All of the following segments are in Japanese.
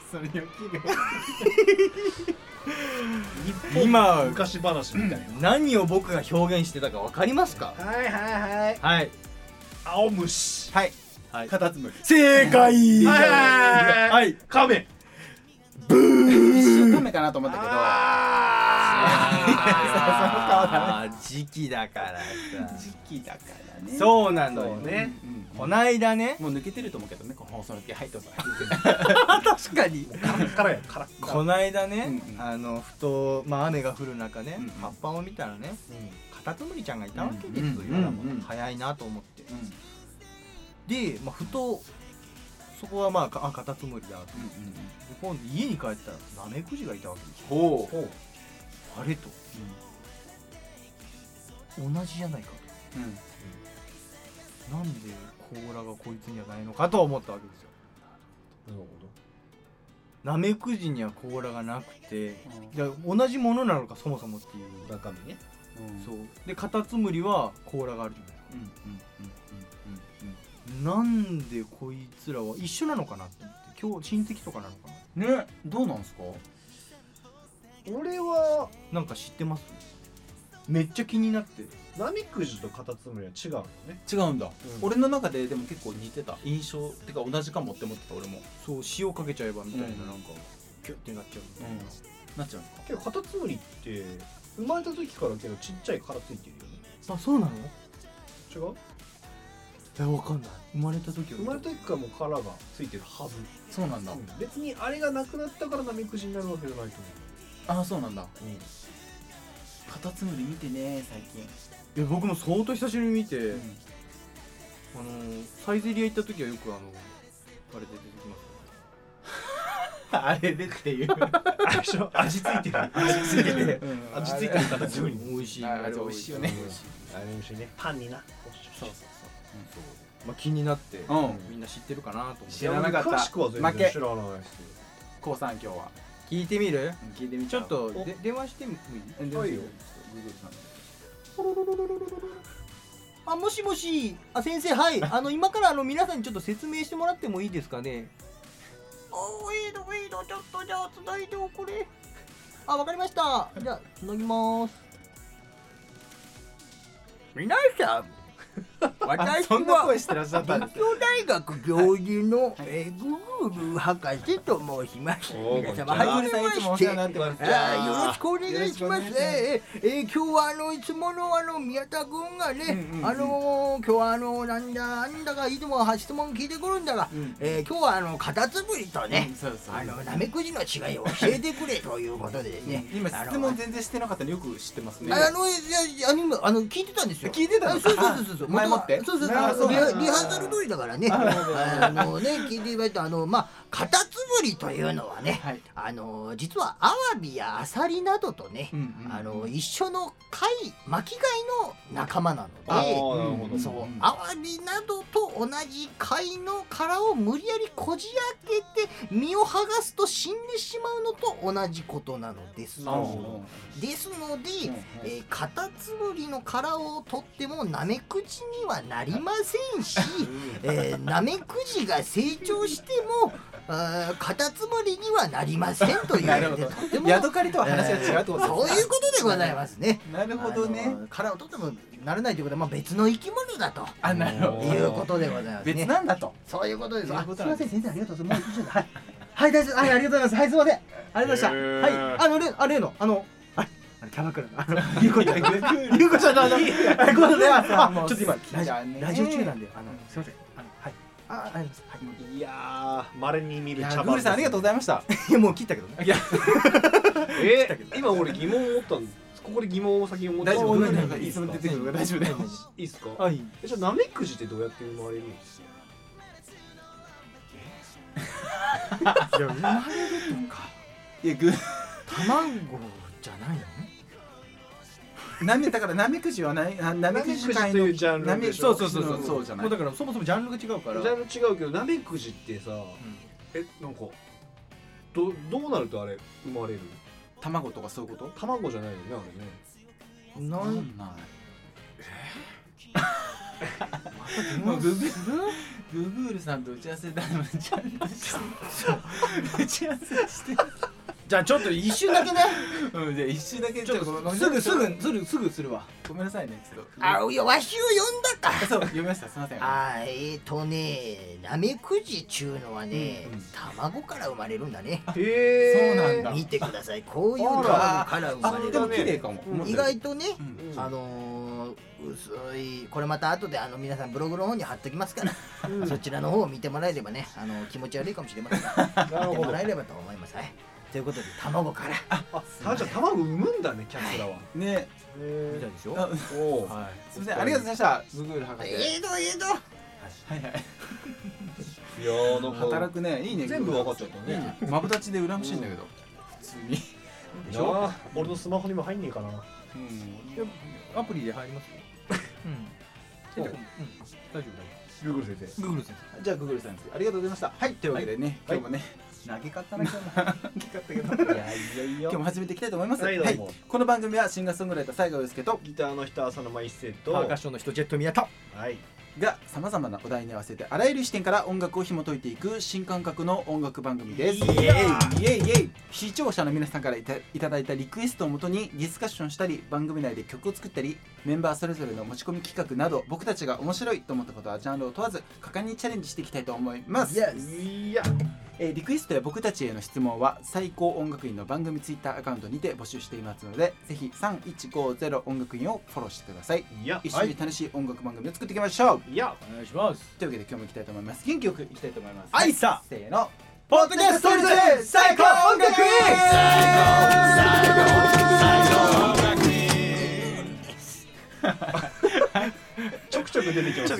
それよ今昔話みたいな。 何を僕が表現してたか分かりますか？ はいはいはい。 はい青虫。 はいはい、 カタツムリ。 正解。 はいカメ。 一瞬カメかなと思ったけど、 時期だからさ。 時期だからね。 そうなのよね。こないだね、 もう抜けてると思うけどね、この放送の時。はいどうぞ。 確かにからやから。 こないだね、 うんうんふと、まあ、雨が降る中ね、 うんうん葉っぱを見たらね、カタツムリちゃんがいたわけですよ。 うんうんうん早いなと思って、で、まあ、ふとそこはまあカタツムリだと、今度家に帰ったらナメクジがいたわけですよ。 ほう。 あれと、同じじゃないかと、なんで甲羅がこいつにはないのかと思ったわけですよ。 なるほナメクジには甲羅がなくて、同じものなのかそもそもっていうど。中身ね。 そうでカタツムリは甲羅があるじゃないですか。なんでこいつらは一緒なのかなって思って、今日親戚とかなのかな。 ね、どうなんすか？ 俺はなんか知ってます？めっちゃ気になって。 ナメクジとカタツムリは違うのね。 違うんだ。俺の中ででも結構似てた印象てか同じかもって思ってた俺も。 そう、塩かけちゃえばみたいな、なんかキュッてなっちゃうみたいな、 なっちゃうんですか？ けどカタツムリって生まれた時からけどちっちゃい殻ついてるよね。 あ、そうなの？ 違う？ わかんない。生まれた時は生まれた時からもう殻がついてるはず。 そうなんだ。 別にあれがなくなったからナメクジになるわけじゃないとああ、そうなんだ。カタツムリ見てね最近。 いや、僕も相当久しぶりに見て、サイゼリヤ行った時はよくあれで出てきます。あれでっていう味ついてる。味ついてる。味ついてるカタツムリ。 美味しい。 あれ美味しいよね。 あれ美味しいね。パンにな。 そうそうまあ気になって、 うんみんな知ってるかなと思って。 知らなかった。 詳しくは全然知らないです。 コウさん今日は聞いてみる？ 聞いてみちょっと電話してもいい？ はいよ。 あ、もしもし、あ、先生、はい、今から皆さんにちょっと説明してもらってもいいですかね。いいの、ちょっとじゃあつないでおくれ。あ、わかりました。じゃあつなぎます。皆さん、私そんなは声してらっしゃったんです立教大学教授のグール博士と申します。皆様はじめまして。よろしくお願いします。今日はいつもの宮田君がね、今日はなんだかいつも質問聞いてくるんだが、今日はカタツムリとね、ナメクジの違いを教えてくれということでですね。 今質問全然してなかったのよく知ってますね。 聞いてたんですよ。 聞いてたの？ そう前もってそうリハーサル通りだからね。聞いていただいたカタツムリというのはね、実はアワビやアサリなどとね、一緒の巻き貝の仲間なので、そうアワビなどと同じ貝の殻を無理やりこじ開けて身を剥がすと死んでしまうのと同じことなのです。ですので、カタツムリの殻を取ってもナメクジにはなりませんし、ナメクジが成長してもカタツムリにはなりませんという。 なるほど。ヤドカリとは話が違うってことですね。 そういうことでございますね。 なるほどね。 殻を取ってもならないということは、別の生き物だとなるほどいうことでございますね。 別なんだと。 そういうことです。すみません、先生ありがとうございます。はい、大丈夫。はい、ありがとうございます。はい、すみません。ありがとうございました。はい、例のキャバクラのゆうこちゃんのごめんなさい。ちょっと今ラジオ中なんで、すみません。はい。ありがとうございます。 いやー、稀に見る茶グールさんありがとうございました。 いや、もう切ったけどね。 今俺疑問を持ったんです。ここで疑問を先に持って。 大丈夫。 いいつも出てくるから大丈夫だよ。 いいっすか？ はい。 じゃあナメクジってどうやって生まれるんですか？ いや、生まれるとか。 いや、 卵じゃないの？ だからナメクジはナメクジ界のというジャンルでしょ。 そうじゃない。 だからそもそもジャンルが違うから。 ジャンル違うけどナメクジってさ、なんかどうなるとあれ生まれる？ 卵とかそういうこと？ 卵じゃないよねあれね。 なんもうグーグルさんと打ち合わせだもんちゃんとして打ち合わせしてじゃあちょっと一瞬だけねうんじゃあ一瞬だけちょっとすぐするわ。 ごめんなさいねちょっといやわしを呼んだか。 そう読みましたすみませんナメクジちゅうのはね、卵から生まれるんだね。 そうなんだ見てください、こういう卵から生まれる。 でも綺麗かも意外とね、薄いこれまた後で皆さんブログの方に貼っときますから、そちらの方を見てもらえればね、気持ち悪いかもしれませんが見てもらえればと思います。はい、ということで卵からじゃあ卵産むんだね、キャスラはね。 見たでしょ。 おお、すみません、ありがとうございました。グーグル博士。 はいはい。 いやーなんか働くね、いいね。 全部分かっちゃったね。 マブダチで羨ましいんだけど、普通に。 じゃあ俺のスマホにも入んねえかな。 アプリで入りますよ。大丈夫グーグル先生。 グーグル先生。じゃあグーグル先生、ありがとうございました。はい、というわけでね、今日もね、投げ方な今日も投げ方けど、いや今日も始めていきたいと思います。はい、この番組はシンガーソングライター西郷陽介とギターの人浅沼一生とパーカッションの人ジェット宮田がさまざまなお題に合わせてあらゆる視点から音楽を紐解いていく新感覚の音楽番組です。イエイイエイイエイ。視聴者の皆さんからいただいたリクエストをもとにディスカッションしたり、番組内で曲を作ったり、メンバーそれぞれの持ち込み企画など、僕たちが面白いと思ったことはジャンルを問わず果敢にチャレンジしていきたいと思います。 いやリクエストや僕たちへの質問は最高音楽院の番組ツイッターアカウントにて募集していますので、ぜひ3150音楽院をフォローしてください。一緒に楽しい音楽番組を作っていきましょう。 お願いします。 というわけで今日も行きたいと思います。元気よく行きたいと思います。 はい、さあせーの、 ポッドキャストで最高音楽院。 ちょくちょく出てきます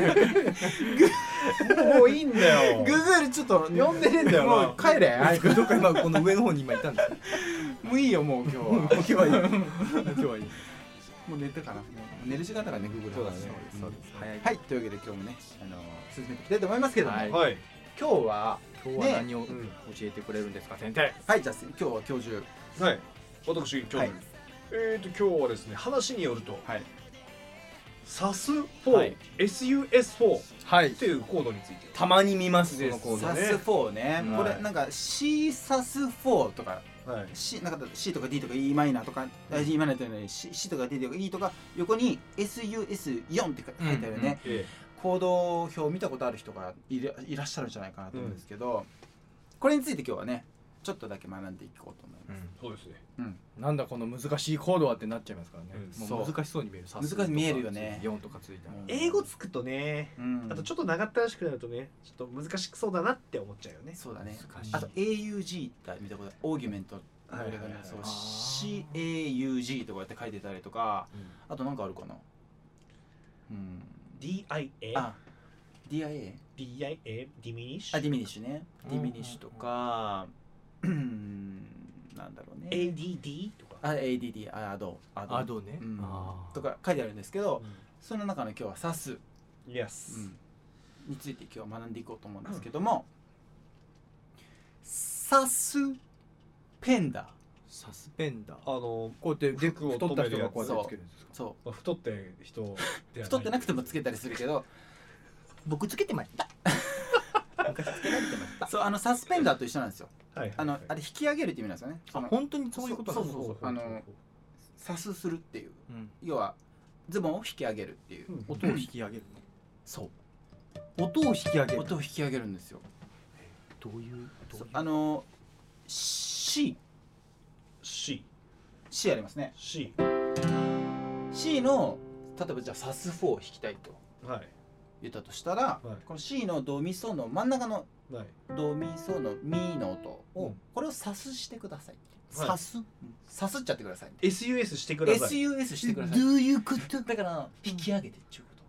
もういいんだよ。 グーグルちょっと呼んでねえんだよ。 もう帰れ。 どっか今この上の方に今いたんですよ。 もういいよ、もう今日は。今日はいい。今日はいい。 もう寝たかな。寝る時間だからね、グーグル。 そうだね。 はい、というわけで今日もね、進めていきたいと思いますけども、今はい。 日は何を教えてくれるんですか、先生。 はい、じゃあ今日は教授。 はい。私今日今日はですね、話によると、SAS4、SUS4 っていうコードについてたまに見ますね。 そのコードね。SAS4 ね。これなんか CSAS4 とか。C なんか C とか D とか E マイナーとか E マイナーというのに C とか D とか E とか横に SUS4 って書いてあるね、コード表を見たことある人がいらっしゃるんじゃないかなと思うんですけど、これについて今日はねちょっとだけ学んでいこうと思います。 そうですね。 なんだこの難しいコードはってなっちゃいますからね。もう難しそうに見える。 難しく見えるよね。 4とかついた。 英語つくとね、あとちょっと長ったらしくなるとね、ちょっと難しそうだなって思っちゃうよね。 そうだね。あと AUG って見たことある。オーギュメント。CAUG とかって書いてたりとか、あとなんかあるかな。 DIA。 DIA。 DIA。ディミニッシュ。ディミニッシュね。ディミニッシュとか。なんだろうね。 ADD とか。 ADD、アドね。とか書いてあるんですけど、その中の今日は SAS について今日は学んでいこうと思うんですけども、サスペンダー。 サスペンダー。 こうやって太った人がこうやってつけるんですか。 そう。 太って人。 太ってなくてもつけたりするけど、 僕つけてました。昔つけられてました。 そう、サスペンダーと一緒なんですよ。あれ引き上げるって意味なんですよね。 本当にそういうことなんですか。 そう。サスするっていう、要はズボンを引き上げるっていう、 音を引き上げる。 そう。 音を引き上げる。 音を引き上げるんですよ。 どういう。 C ありますね。 C の例えばじゃあサス4を弾きたいと言ったとしたら、この C のドミソの真ん中のドミソのミの音をこれをサスしてください。サスっちゃってください。 SUS してください。 SUS してください。 どういうこと？ だから引き上げてっていうこと。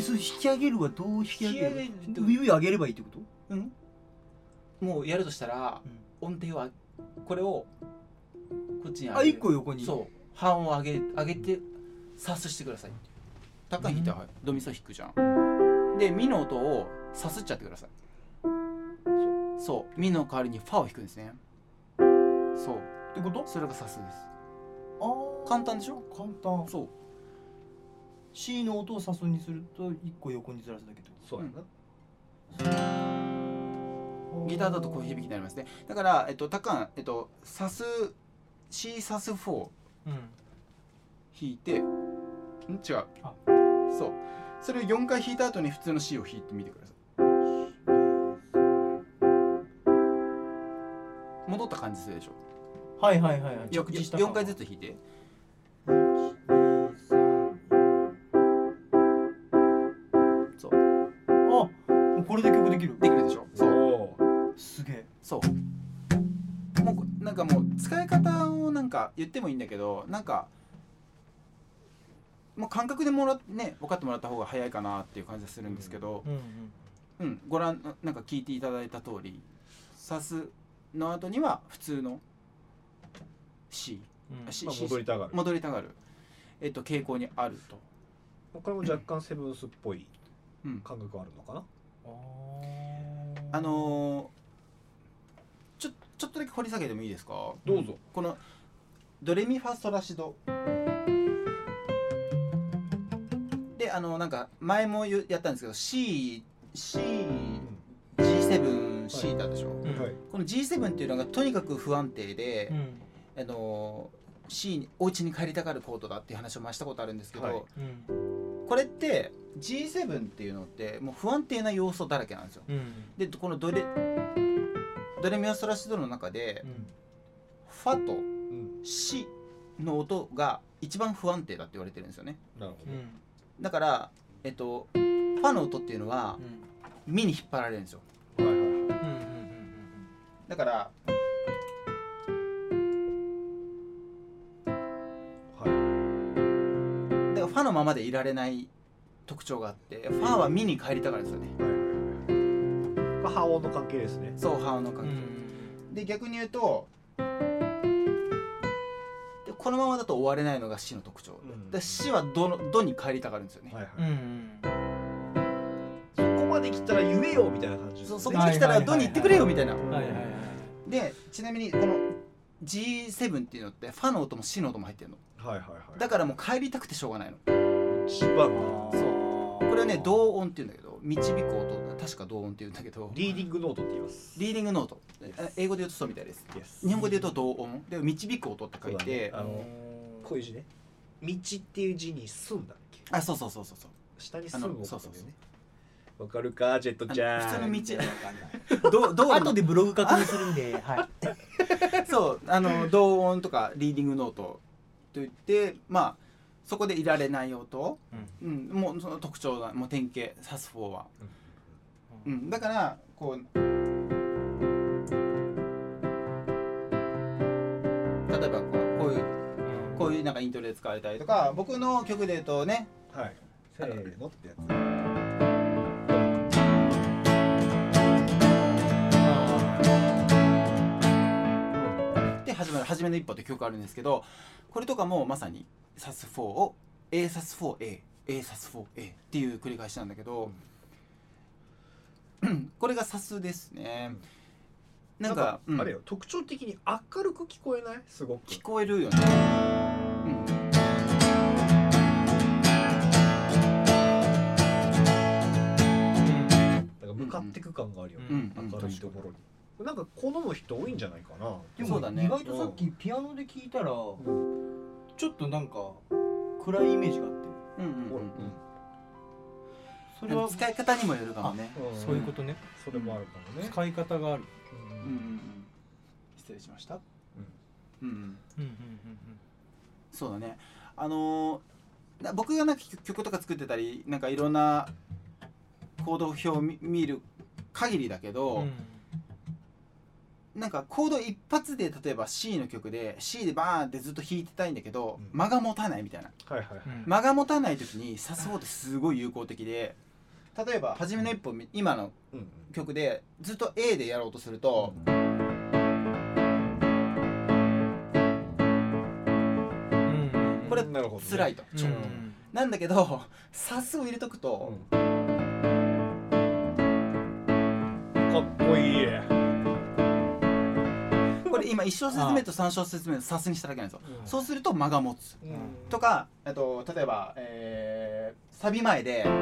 それ引き上げるはどう引き上げる？指上げればいいってこと？ もうやるとしたら音程はこれをこっちに上げる。 1個横に。 そう。半を上げてサスしてください。高い弾いてドミソ弾くじゃん。でミの音をサスっちゃってください。そうミの代わりにファを弾くんですね。そうってこと？ それがサスです。簡単でしょ？ 簡単。 そう C の音をサスにすると1個横にずらすだけってこと。 そうやな、ギターだとこういう響きになりますね。だからタカンサス C サス4弾いて、違う、そうそれを4回弾いた後に普通の C を弾いてみてください。戻った感じするでしょ。 はいはいはいはい。着地した 4回ずつ弾いて。そう。 あ、これで曲できる。 できるでしょ。そう。 すげえ。 そう。もうなんかもう使い方をなんか言ってもいいんだけど、なんかもう感覚で分かってもらった方が早いかなっていう感じがするんですけど、ご覧なんか聞いていただいた通り、サスの後には普通の C、 戻りたがる傾向にあると。 これも若干セブンスっぽい感覚あるのかな。 ちょっとだけ掘り下げてもいいですか。 どうぞ。 このドレミファソラシドでなんか前もやったんですけど C、G7、C だでしょ、この G7 っていうのがとにかく不安定で、C にお家に帰りたがるコードだっていう話をしたことあるんですけど、これって G7 っていうのってもう不安定な要素だらけなんですよ。でこのドレミファソラシドの中で、ファとシの音が一番不安定だって言われてるんですよね。 なるほど。 だからファの音っていうのは、ミに引っ張られるんですよ。だからファのままでいられない特徴があって、ファはミに帰りたがるんですよね。 波音の関係ですね。 そう、波音の関係。で逆に言うと、このままだと終われないのが C の特徴。で C はドに帰りたがるんですよね。 そこまで来たら言えよみたいな感じですね。 そこまで来たらドに行ってくれよみたいな。でちなみにこの G7 っていうのってファの音も C の音も入ってるの。だからもう帰りたくてしょうがないの。 一番そうこれはね同音っていうんだけど、導く音、確か同音っていうんだけど、 リーディングノートって言います。 リーディングノート、英語で言うとそうみたいです。日本語で言うと同音で導く音って書いて、 こういう字ね、道っていう字にすんだっけ。 あ、そう下にすんの音だよね。わかるかジェットちゃん。 普通の道後でブログ確認するんで、はい。 そう同音とかリーディングノートといって、まあそこでいられない音、もうその特徴がもう典型サス4は、だからこう例えばこういうなんかイントロで使われたりとか、僕の曲で言うとね、 せーのってやつ。 で初めの一歩って曲あるんですけど、これとかもまさにサス4を A サス 4A、A サス 4A っていう繰り返しなんだけど、これがサスですね。なんかあれよ、特徴的に明るく聞こえない？すごく聞こえるよね。 向かってく感があるよね、明るいところに。なんか好む人多いんじゃないかな。 でも意外とさっきピアノで聞いたら、ちょっとなんか暗いイメージがあって、それは使い方にもよるかもね。 そういうことね。 それもあるかもね。 使い方がある。 失礼しました。そうだね。僕がなんか曲とか作ってたり、なんかいろんなコード表を見る限りだけど、なんかコード一発で例えば C の曲で C でバーンってずっと弾いてたいんだけど、間が持たないみたいな、間が持たない時にサス4ってすごい有効的で、例えば初めの一歩、今の曲でずっと A でやろうとすると、これ辛いと、なんだけどサスを入れとくと、 かっこいい。 これ今1小節目と3小節目のサスにしただけなんですよ、そうすると間が持つ、とか例えば、サビ前で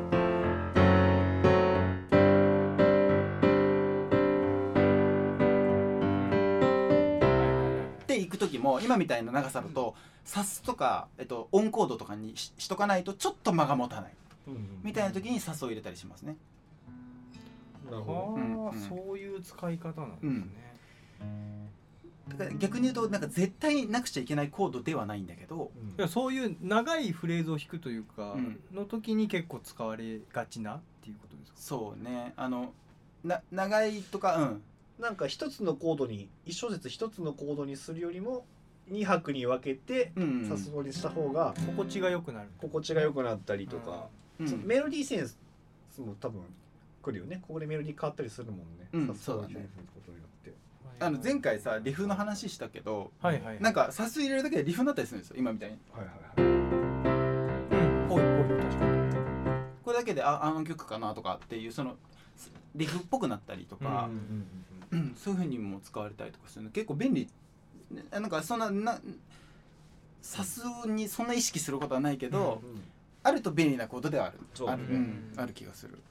っていく時も今みたいな長さだとサスとか、オンコードとかに しとかないとちょっと間が持たない、みたいな時にサスを入れたりしますね。 なるほど、そういう使い方なんですね、 だから逆に言うとなんか絶対なくちゃいけないコードではないんだけど、 そういう長いフレーズを弾くというか、の時に結構使われがちなっていうことですか。 そうね、長いとか、 なんか一つのコードに一小節一つのコードにするよりも2拍に分けてサス取りした方が心地が良くなる、 心地が良くなったりとか、メロディーセンスも多分来るよね。ここでメロディー変わったりするもんね、 そうだね。前回さリフの話したけど、なんかサス入れるだけでリフになったりするんですよ今みたいに。これだけであの曲かなとかっていうそのリフっぽくなったりとか、そういう風にも使われたりとかするの結構便利。なんかそんなサスにそんな意識することはないけど、あると便利なコードではある気がする。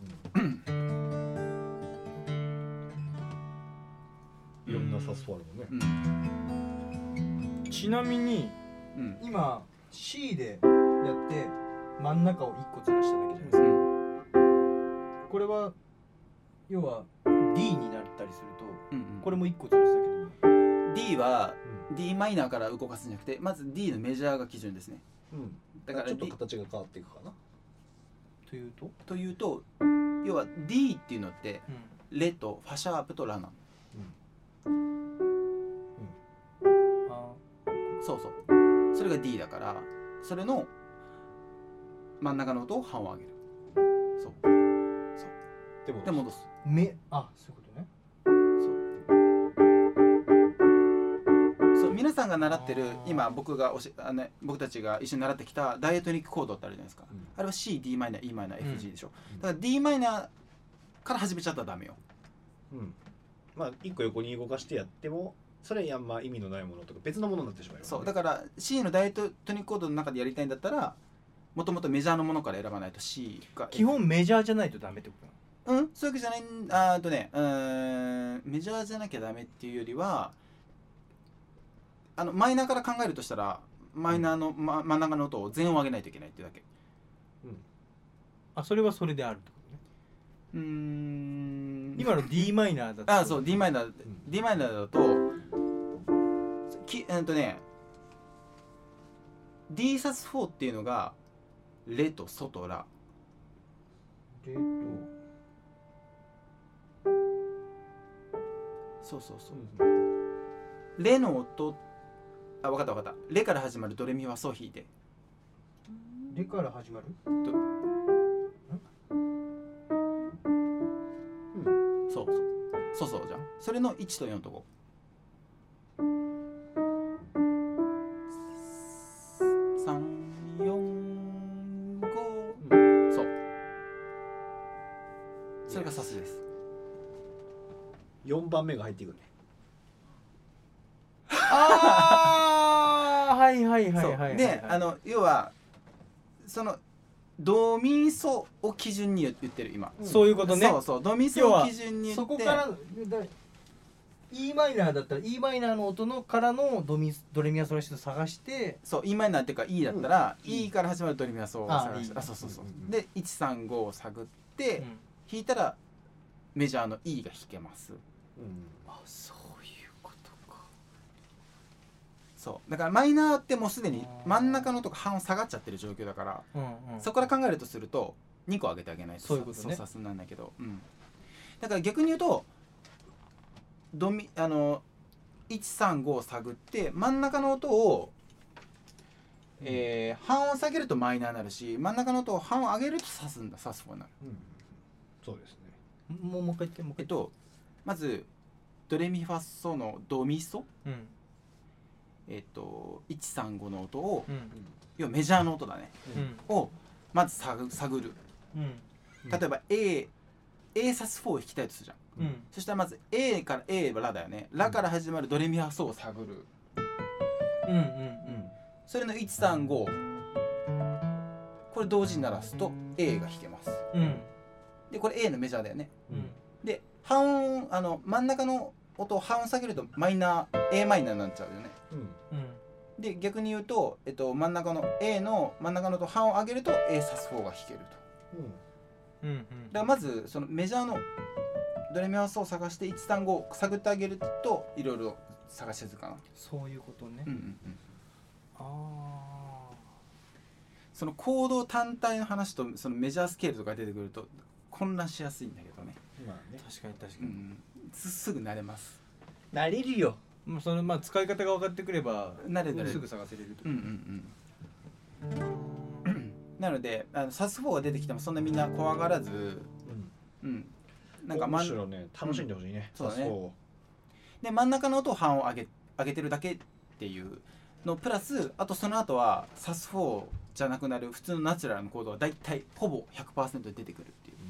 いろんなサスファルもね。ちなみに、今 C でやって真ん中を1個ずらしただけじゃないですか。これは要は D になったりすると、これも1個ずらすだけでいい。 D は D マイナーから動かすんじゃなくて、まず D のメジャーが基準ですね。 だからちょっと形が変わっていくかな。 というと要は D っていうのってレとファシャープとラなの。そうそれが D だからそれの真ん中の音を半音上げる。そうで戻す。 そういうことね。 そう皆さんが習ってる今僕たちが一緒に習ってきたダイエトニックコードってあるじゃないですか、あれは C、D マイナー、E マイナー、F、G でしょ、だから D マイナーから始めちゃったらダメよ。 まあ一個横に動かしてやってもそれはまあ意味のないものとか別のものになってしまうよね。 そうだから C のダイエットトニックコードの中でやりたいんだったらもともとメジャーのものから選ばないと C が基本メジャーじゃないとダメってことなの？そういうわけじゃない。メジャーじゃなきゃダメっていうよりはマイナーから考えるとしたらマイナーの、真ん中の音を全音上げないといけないっていうだけ。 それはそれであるってことね。今の D マイナーだと。 そう D マイナー、D マイナーだとD サス4っていうのがレとソとラ。そうレの音分かったレから始まるドレミファソ弾いて。 レから始まるそうじゃん。それの1と4と5。それがサスです。 4番目が入ってくるね。 で要はそのドミソを基準に言ってる今。 そういうことね。 そうドミソを基準に言って。そこから E マイナーだったら E マイナーの音のからのドレミファソラシド探して。 そう E マイナーっていうか E だったら E から始まるドレミファソを探して。そうで135を探って弾いたらメジャーの E が弾けます。 そういうことか。 そうだからマイナーってもうすでに真ん中のとこ半音下がっちゃってる状況だから、そこから考えるとすると2個上げてあげないとそういうことね。 サスなんだけど、だから逆に言うと135を探って真ん中の音を、半音下げるとマイナーになるし真ん中の音を半音上げるとサスフォになる。 そうですね。 もう一回言って。 まずドレミファソのドミソ、135の音を、要はメジャーの音だね、をまず探る。例えば A サス4を弾きたいとするじゃん。 そしたらまず A から A はラだよね、ラから始まるドレミファソを探る、それの135これ同時に鳴らすと A が弾けます、でこれ A のメジャーだよね、で半音真ん中の音を半音下げるとマイナー A マイナーになっちゃうよね、で逆に言うと、真ん中の A の真ん中の音半音上げると A サス4が弾けると、だからまずそのメジャーのドレミファソを探して135を探ってあげるといろいろ探しやすいかな。 そういうことね。 そのコード単体の話とそのメジャースケールとか出てくると混乱しやすいんだけどね。 まあね、確かに確かに、 すぐ慣れます。 慣れるよ。 もうその使い方が分かってくれば慣れすぐ探せれると。 なのでサス4が出てきてもそんなみんな怖がらず、 なんかむしろね楽しんでほしいね。 そうだね。で真ん中の音を半音上げてるだけっていうのプラス、あとその後はサス4じゃなくなる普通のナチュラルのコードはだいたいほぼ 100% 出てくるっていう。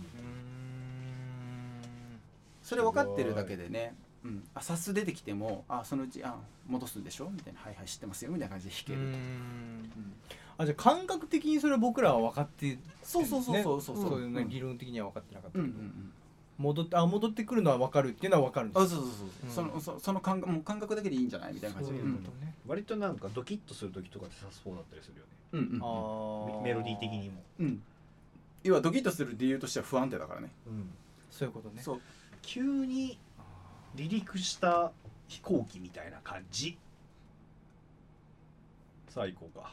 それ分かってるだけでね、サス出てきてもそのうち戻すんでしょみたいな、はいはい知ってますよみたいな感じで弾けると。 じゃあ感覚的にそれは僕らは分かってる、 そういう理論的には分かってなかったけど、戻ってくるのは分かるっていうのは分かるんです。 その感覚だけでいいんじゃないみたいな感じで、 割となんかドキッとする時とかってサス4だったりするよね。メロディー的にも。 要はドキッとする理由としては不安定だからね。 そういうことね。 急に離陸した飛行機みたいな感じ。さあ行こうか。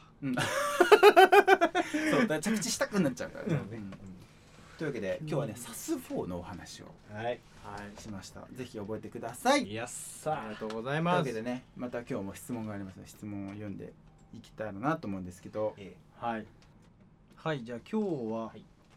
そうだ、着地したくなっちゃうからね。というわけで今日はねサス4のお話をしました。ぜひ覚えてください。 ありがとうございます。 というわけでね、また今日も質問がありますので質問を読んでいきたいなと思うんですけど、 はいじゃあ今日は、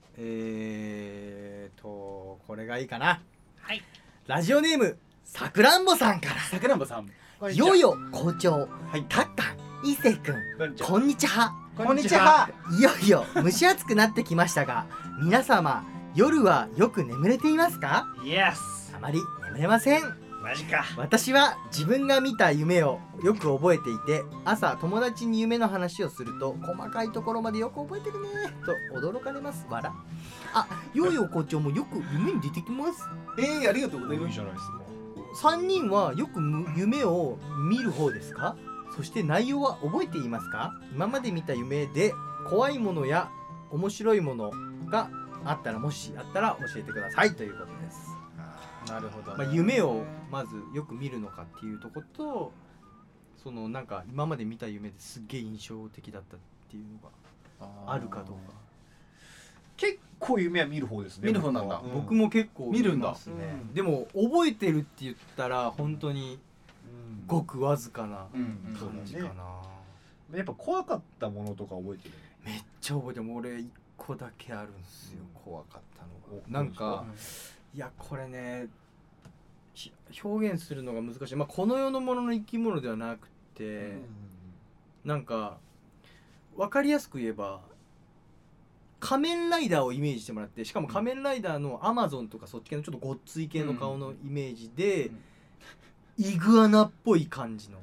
これがいいかな。ラジオネームさくらんぼさんから。 さくらんぼさん、 よよ校長、たったいせいくん、こんにちは。 こんにちは。 いよいよ蒸し暑くなってきましたが、皆様夜はよく眠れていますか？ イエス。 あまり眠れません。 マジか。 私は自分が見た夢をよく覚えていて、朝友達に夢の話をすると細かいところまでよく覚えてるねと驚かれます。笑。ヨーヨー校長もよく夢に出てきます。 ありがとうございます。 いいじゃないですか。3人はよく夢を見る方ですか？そして内容は覚えていますか？今まで見た夢で怖いものや面白いものがあったら、もしあったら教えてくださいということです。 なるほど、 夢をまずよく見るのかっていうところと、そのなんか今まで見た夢ですっげえ印象的だったっていうのがあるかどうか。 結構夢は見る方ですね。 見る方なんだ。 僕も結構見るんだ。 でも覚えてるって言ったら本当にごくわずかな感じかな。 やっぱ怖かったものとか覚えてる？ めっちゃ覚えてる。俺1個だけあるんですよ、怖かったのが。なんかいやこれね表現するのが難しい。この世のものの生き物ではなくて、なんか分かりやすく言えば仮面ライダーをイメージしてもらって、しかも仮面ライダーのアマゾンとかそっち系のちょっとごっつい系の顔のイメージで、イグアナっぽい感じの、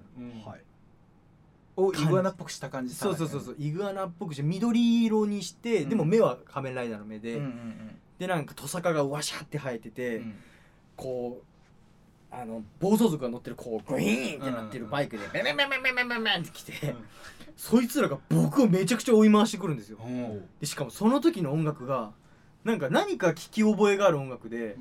イグアナっぽくした感じ。 そうイグアナっぽくして緑色にして、でも目は仮面ライダーの目で、でなんかトサカがワシャって生えてて、こう暴走族が乗ってるこうグイーンってなってるバイクでベンベンベンベンベンベンベンベンって来て、そいつらが僕をめちゃくちゃ追い回してくるんですよ。でしかもその時の音楽が何か聞き覚えがある音楽で、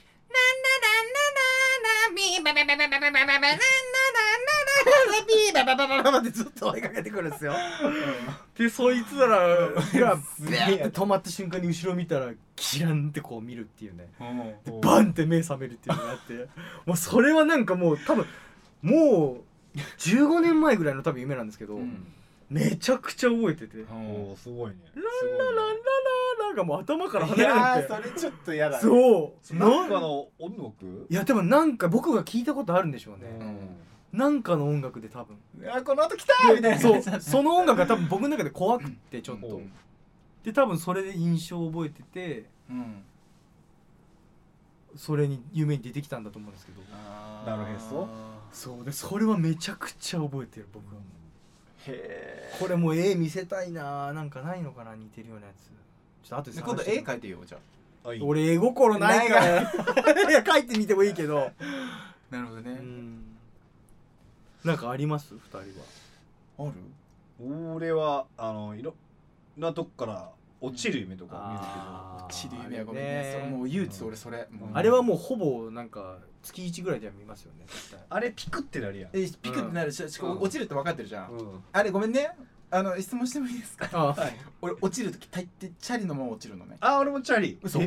ってずっと追いかけてくるんですよ。でそいつらがビャーって止まった瞬間に後ろ見たらキランってこう見るっていうね、でバンって目覚めるっていうのがあって、もうそれはなんかもう多分もう15年前ぐらいの多分夢なんですけど、めちゃくちゃ覚えてて、 すごいね。 ランラランララなんかもう頭から離れなくて、 それちょっと嫌だね。 そうなんかの音楽？ いやでもなんか僕が聞いたことあるんでしょうね。なんかの音楽で多分この後来たーみたいな。その音楽が多分僕の中で怖くってちょっと、で多分それで印象を覚えてて、 それに夢に出てきたんだと思うんですけど、 ナルヘソ。 そうで、それはめちゃくちゃ覚えてる僕は。 へえ。 これもう絵見せたいな、なんかないのかな似てるようなやつ。ちょっと後で今度絵描いてよじゃあ。 俺絵心ないからいや描いてみてもいいけど。 なるほどね。 なんかあります2人は。 ある？ 俺はいろんなとこから落ちる夢とか見るけど、 落ちる夢はごめんね。それもう唯一俺それ。 あれはもうほぼなんか月1ぐらいでは見ますよね。 あれピクってなるやん。 ピクってなるし、落ちるって分かってるじゃん。あれごめんね。質問してもいいですか？はい。俺落ちるとき大抵チャリのまま落ちるのね。 俺もチャリ。 嘘？イエ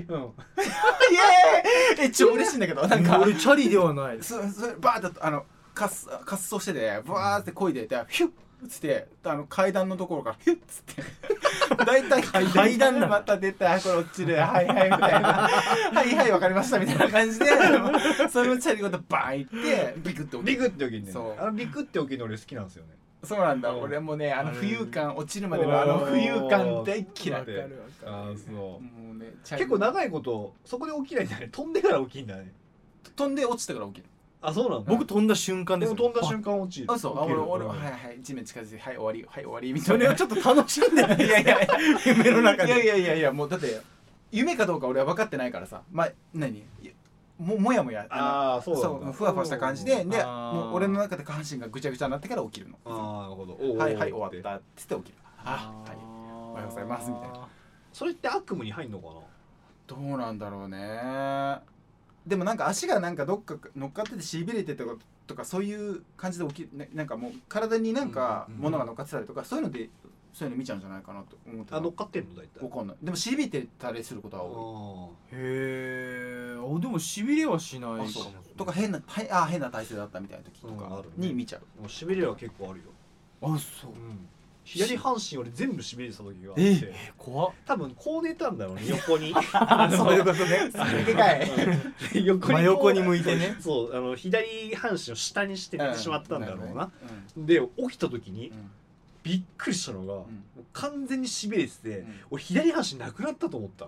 ーイ！超嬉しいんだけど、なんか俺チャリではない。 それバーッと滑走しててバーって漕いでてヒュッつって階段のところからヒュッつってだいたい階段また出たこれ落ちるはいはいみたいなはいはいわかりましたみたいな感じでそのチャリごとバーンいってビクって起きる。 そうビクって起きるの俺好きなんですよね。 そうなんだ。俺もね浮遊感落ちるまでの浮遊感大嫌い。 そうもうね結構長いことそこで起きないんだね。飛んでから起きんだね。 飛んで落ちてから起きる。 そうなんだ。 僕飛んだ瞬間です。 飛んだ瞬間落ちる。 そう。俺はいはい地面近づいてはい終わりはい終わりみたいな。それをちょっと楽しんでる。いや夢の中で。 いやもうだって夢かどうか俺は分かってないからさ。何もやもやそうふわふわした感じでもう俺の中で下半身がぐちゃぐちゃになってから起きるの。 なるほど。 はい終わったっつって起きる。はいおはようございますみたいな。 それって悪夢に入んのかな。 どうなんだろうね。でもなんか足がなんかどっか乗っかっててしびれてとかそういう感じで起きるなんかもう体になんか物が乗っかってたりとかそういうの見ちゃうんじゃないかなと思って。 乗っかってんの大体。 わかんない。でもしびれてたりすることは多い。へえ。でもしびれはしないかも。 とか変な体勢だったみたいな時とかに見ちゃう。 もうしびれは結構あるよ。 そう。 左半身俺全部しびれてた時があって、 怖っ。 多分こう寝たんだろうね横に。 そういうことね。 それでかい。 真横に向いてね。 そう左半身を下にして寝てしまったんだろうな。で起きた時にびっくりしたのが完全にしびれてて俺左半身なくなったと思ったの。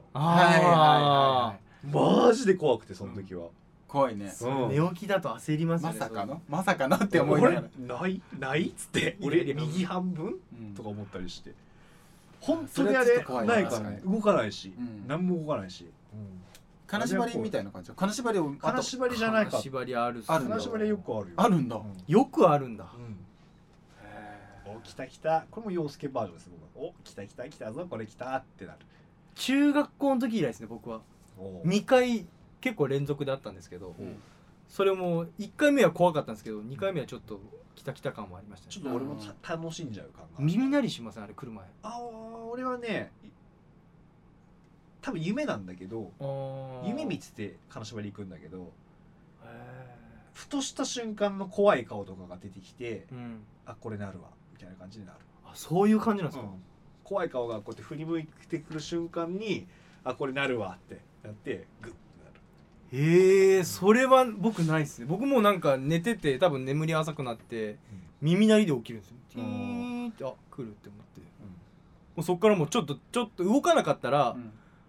マジで怖くてその時は。 怖いね。 寝起きだと焦りますね。 まさかのって思いながらないっつって俺右半分とか思ったりして本当にあれないからね動かないし何も動かないし金縛りみたいな感じ。金縛りじゃないか。 金縛りある。 金縛りはよくあるよ。 あるんだ。 よくあるんだ。 来たこれも陽介バージョンです僕は。来たぞこれ来たってなる。 中学校の時以来ですね僕は。2回結構連続であったんですけど、それも1回目は怖かったんですけど2回目はちょっと来た感もありましたね。 ちょっと俺も楽しんじゃう感が。 耳鳴りしませんあれ来る前。 俺はね多分夢なんだけど夢見てて金縛り行くんだけどふとした瞬間の怖い顔とかが出てきてこれなるわみたいな感じになる。 そういう感じなんですか。 怖い顔がこうやって振り向いてくる瞬間にこれなるわってなってグッてなる。 それは僕ないっすね。僕もなんか寝てて多分眠り浅くなって耳鳴りで起きるんですよ。ティーンって来るって思って、もうそっからもうちょっと動かなかったら、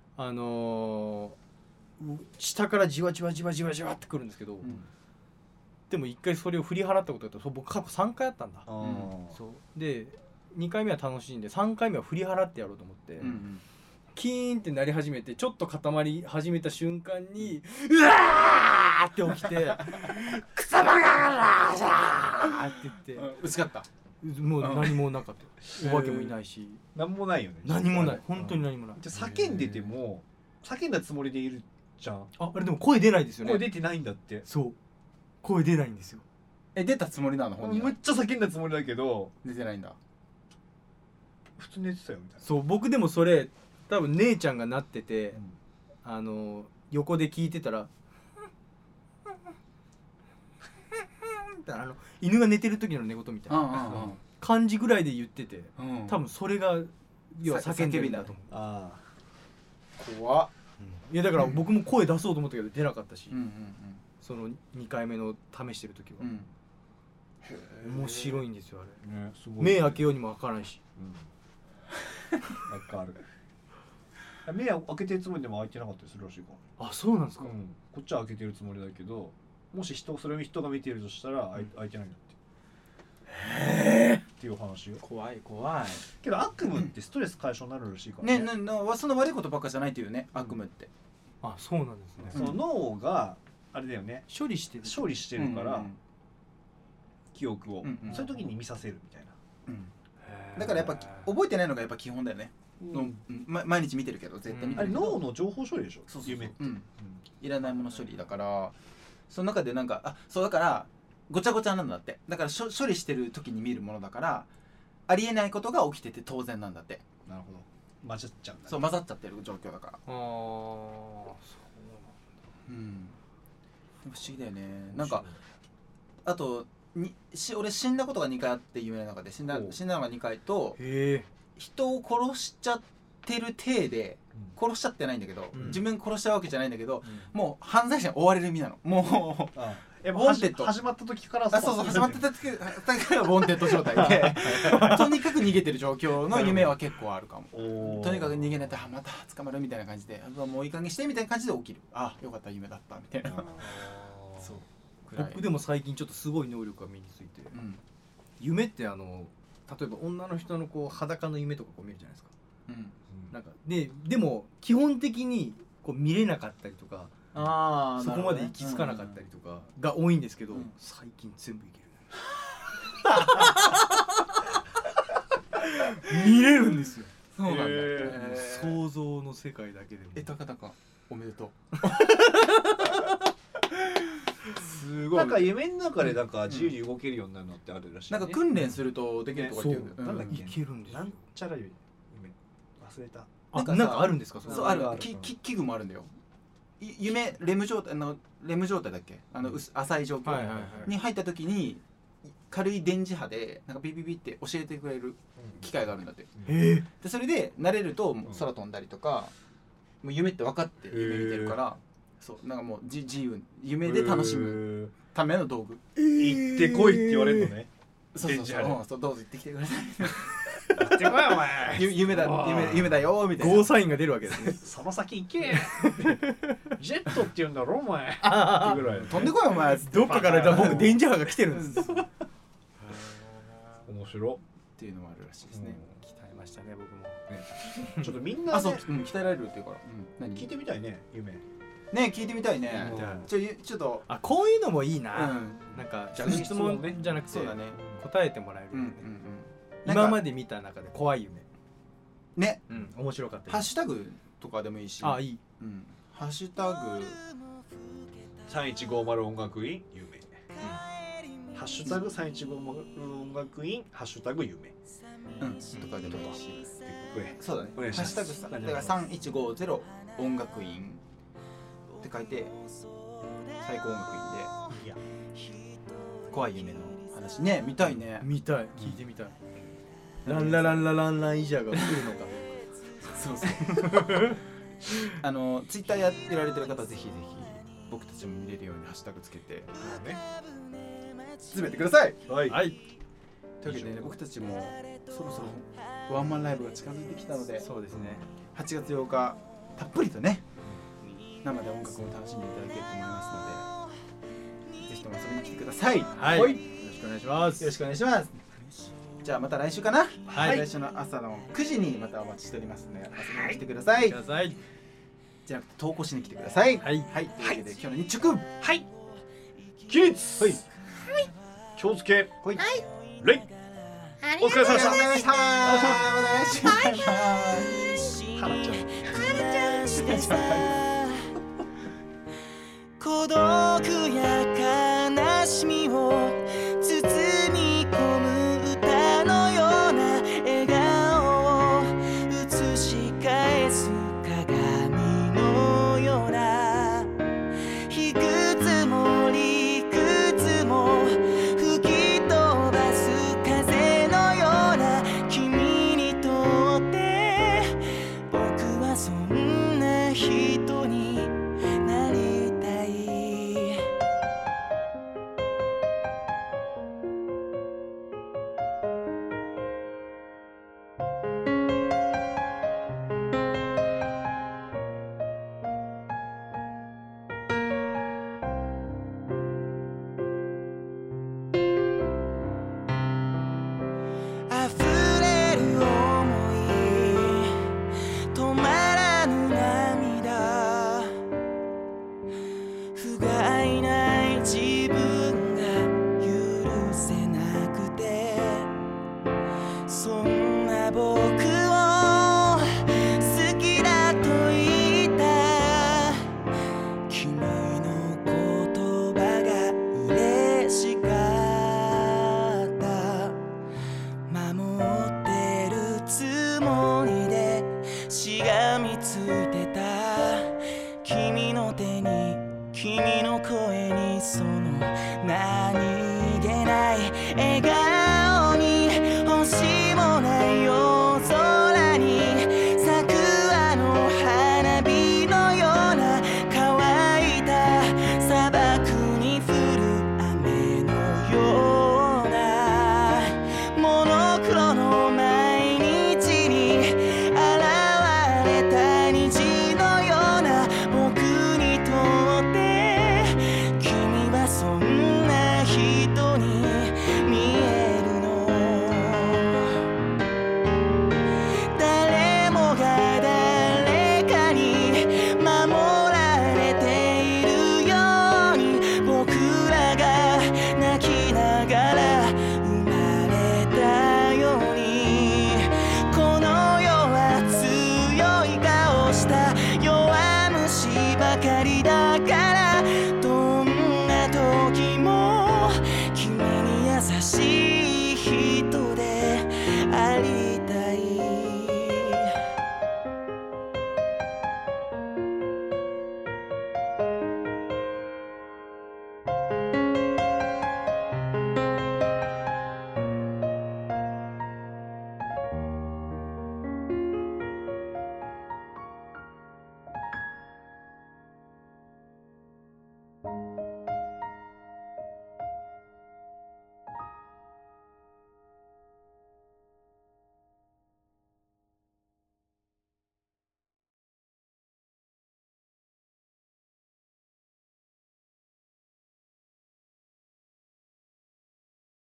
下からじわじわってくるんですけど、でも一回それを振り払ったことだと僕過去3回あったんだ。そうで2回目は楽しんで3回目は振り払ってやろうと思って、キーンってなり始めてちょっと固まり始めた瞬間にうわーって起きてくそばがらーしゃーって言って、 薄かった。 もう何もなかった。お化けもいないし何もないよね。 何もない、本当に何もない。 じゃ叫んでても叫んだつもりでいるじゃん。 あれでも声出ないですよね。 声出てないんだって。 そう声出ないんですよ。 出たつもりなの本人。 めっちゃ叫んだつもりだけど出てないんだ。 普通寝てたよみたいな。 そう僕でもそれ多分姉ちゃんがなってて、横で聞いてたら犬が寝てる時の寝言みたいな感じぐらいで言ってて、多分それが要は叫んでるんだと思う。 怖っ。 いやだから僕も声出そうと思ったけど出なかったし、その2回目の試してる時は、面白いんですよあれ。目開けようにも分からんし。 わかる。 目を開けてるつもりでも開いてなかったりするらしいから。 あ、そうなんですか。 こっちは開けてるつもりだけど、もしそれを人が見ているとしたら開いてないんだって。っていう話よ。 怖いけど悪夢ってストレス解消になるらしいからね。 その悪いことばっかじゃないっていうね、悪夢って。 あ、そうなんですね。 その脳があれだよね、 処理してるから記憶をそういう時に見させるみたいな。だからやっぱ覚えてないのがやっぱ基本だよね。毎日見てるけど絶対見てるけど。 あれ脳の情報処理でしょ。夢っていらないもの処理だから、その中でなんかそうだからごちゃごちゃなんだって。だから処理してる時に見るものだから、ありえないことが起きてて当然なんだって。 なるほど。混ざっちゃうんだね。 そう、混ざっちゃってる状況だから。 そうなんだ。不思議だよね。なんかあと俺死んだことが2回あって、夢の中で死んだのが2回と、人を殺しちゃってる体で、殺しちゃってないんだけど、自分殺したわけじゃないんだけど、もう犯罪者に追われる身なの。もうボンテッド始まった時からそう始まった時からボンテッド状態でとにかく逃げてる状況の夢は結構あるかも。とにかく逃げないとまた捕まるみたいな感じで、もういい加減してみたいな感じで起きる。あ、よかった夢だったみたいな。そう。 僕でも最近ちょっとすごい能力が身について、夢って例えば女の人のこう裸の夢とかこう見るじゃないですか。なんかでも基本的にこう見れなかったりとか、そこまで行き着かなかったりとかが多いんですけど、最近全部いける。見れるんですよ。 そうなんだ。 想像の世界だけでも。 たかおめでとう。 すごい。なんか夢の中でなんか自由に動けるようになるのってあるらしい。 なんか訓練するとできるとか言ってる。 なんだっけ。 いけるんですよ。 なんちゃら夢忘れた。 なんかあるんですか。 そうある。器具もあるんだよ。夢レム状態だっけ、浅い状況に入った時に軽い電磁波でなんかビビビって教えてくれる機械があるんだって。でそれで慣れると空飛んだりとか、もう夢って分かって夢見てるから、そうなんかもう自由夢で楽しむための道具。 行ってこいって言われるのね。 そうどうぞ行ってきてください。 行ってこいお前。 夢だよみたいな。 ゴーサインが出るわけですね。 その先行け。ジェットって言うんだろお前。ってぐらい。 飛んでこいお前。 どっかから僕電磁波が来てるんです。 面白っていうのもあるらしいですね。 鍛えましたね僕も。 ちょっとみんなそう鍛えられるっていうから。 聞いてみたいね夢。 ね、聞いてみたいね。ちょっとこういうのもいいな。なんか質問じゃなくて答えてもらえる。今まで見た中で怖い夢ね、 面白かった。 ハッシュタグとかでもいいし。 いい。 ハッシュタグ 3150音楽院夢。ハッシュタグ3150音楽院ハッシュタグ夢。 とかでもいいし。 そうだね。 ハッシュタグだから3150音楽院って書いて最高音楽院で怖い夢の話ね、見たいね。 見たい。聞いてみたい。ランラランラランランイジャーが来るのか。 そうツイッターやってられてる方はぜひぜひ僕たちも見れるようにハッシュタグつけて詰めてください。 はい。 というわけでね、僕たちもそろそろワンマンライブが近づいてきたので、 そうですね。 8月8日たっぷりとね生で音楽も楽しんでいただけると思いますので、ぜひとも遊びに来てください。 はい。よろしくお願いします。 よろしくお願いします。じゃあまた来週かな。来週の朝の9時にまたお待ちしておりますので、遊びに来てください。じゃなくて投稿しに来てください。はい。というわけで今日の日直起立。気をつけ。レイ。お疲れ様でした。また来週。ハラちゃん。 孤独や悲しみを包み込む歌のような笑顔を映し返す鏡のような、いくつもいくつも吹き飛ばす風のような君にとって君の声にその何気ない笑顔に星もない夜空に咲くあの花火のような乾いた砂漠に降る雨のようなモノクロの毎日に現れた虹のような僕にとって君はそんな人に見えるの誰もが誰かに守られているように僕らが泣きながら生まれたようにこの世は強い顔した弱虫ばかり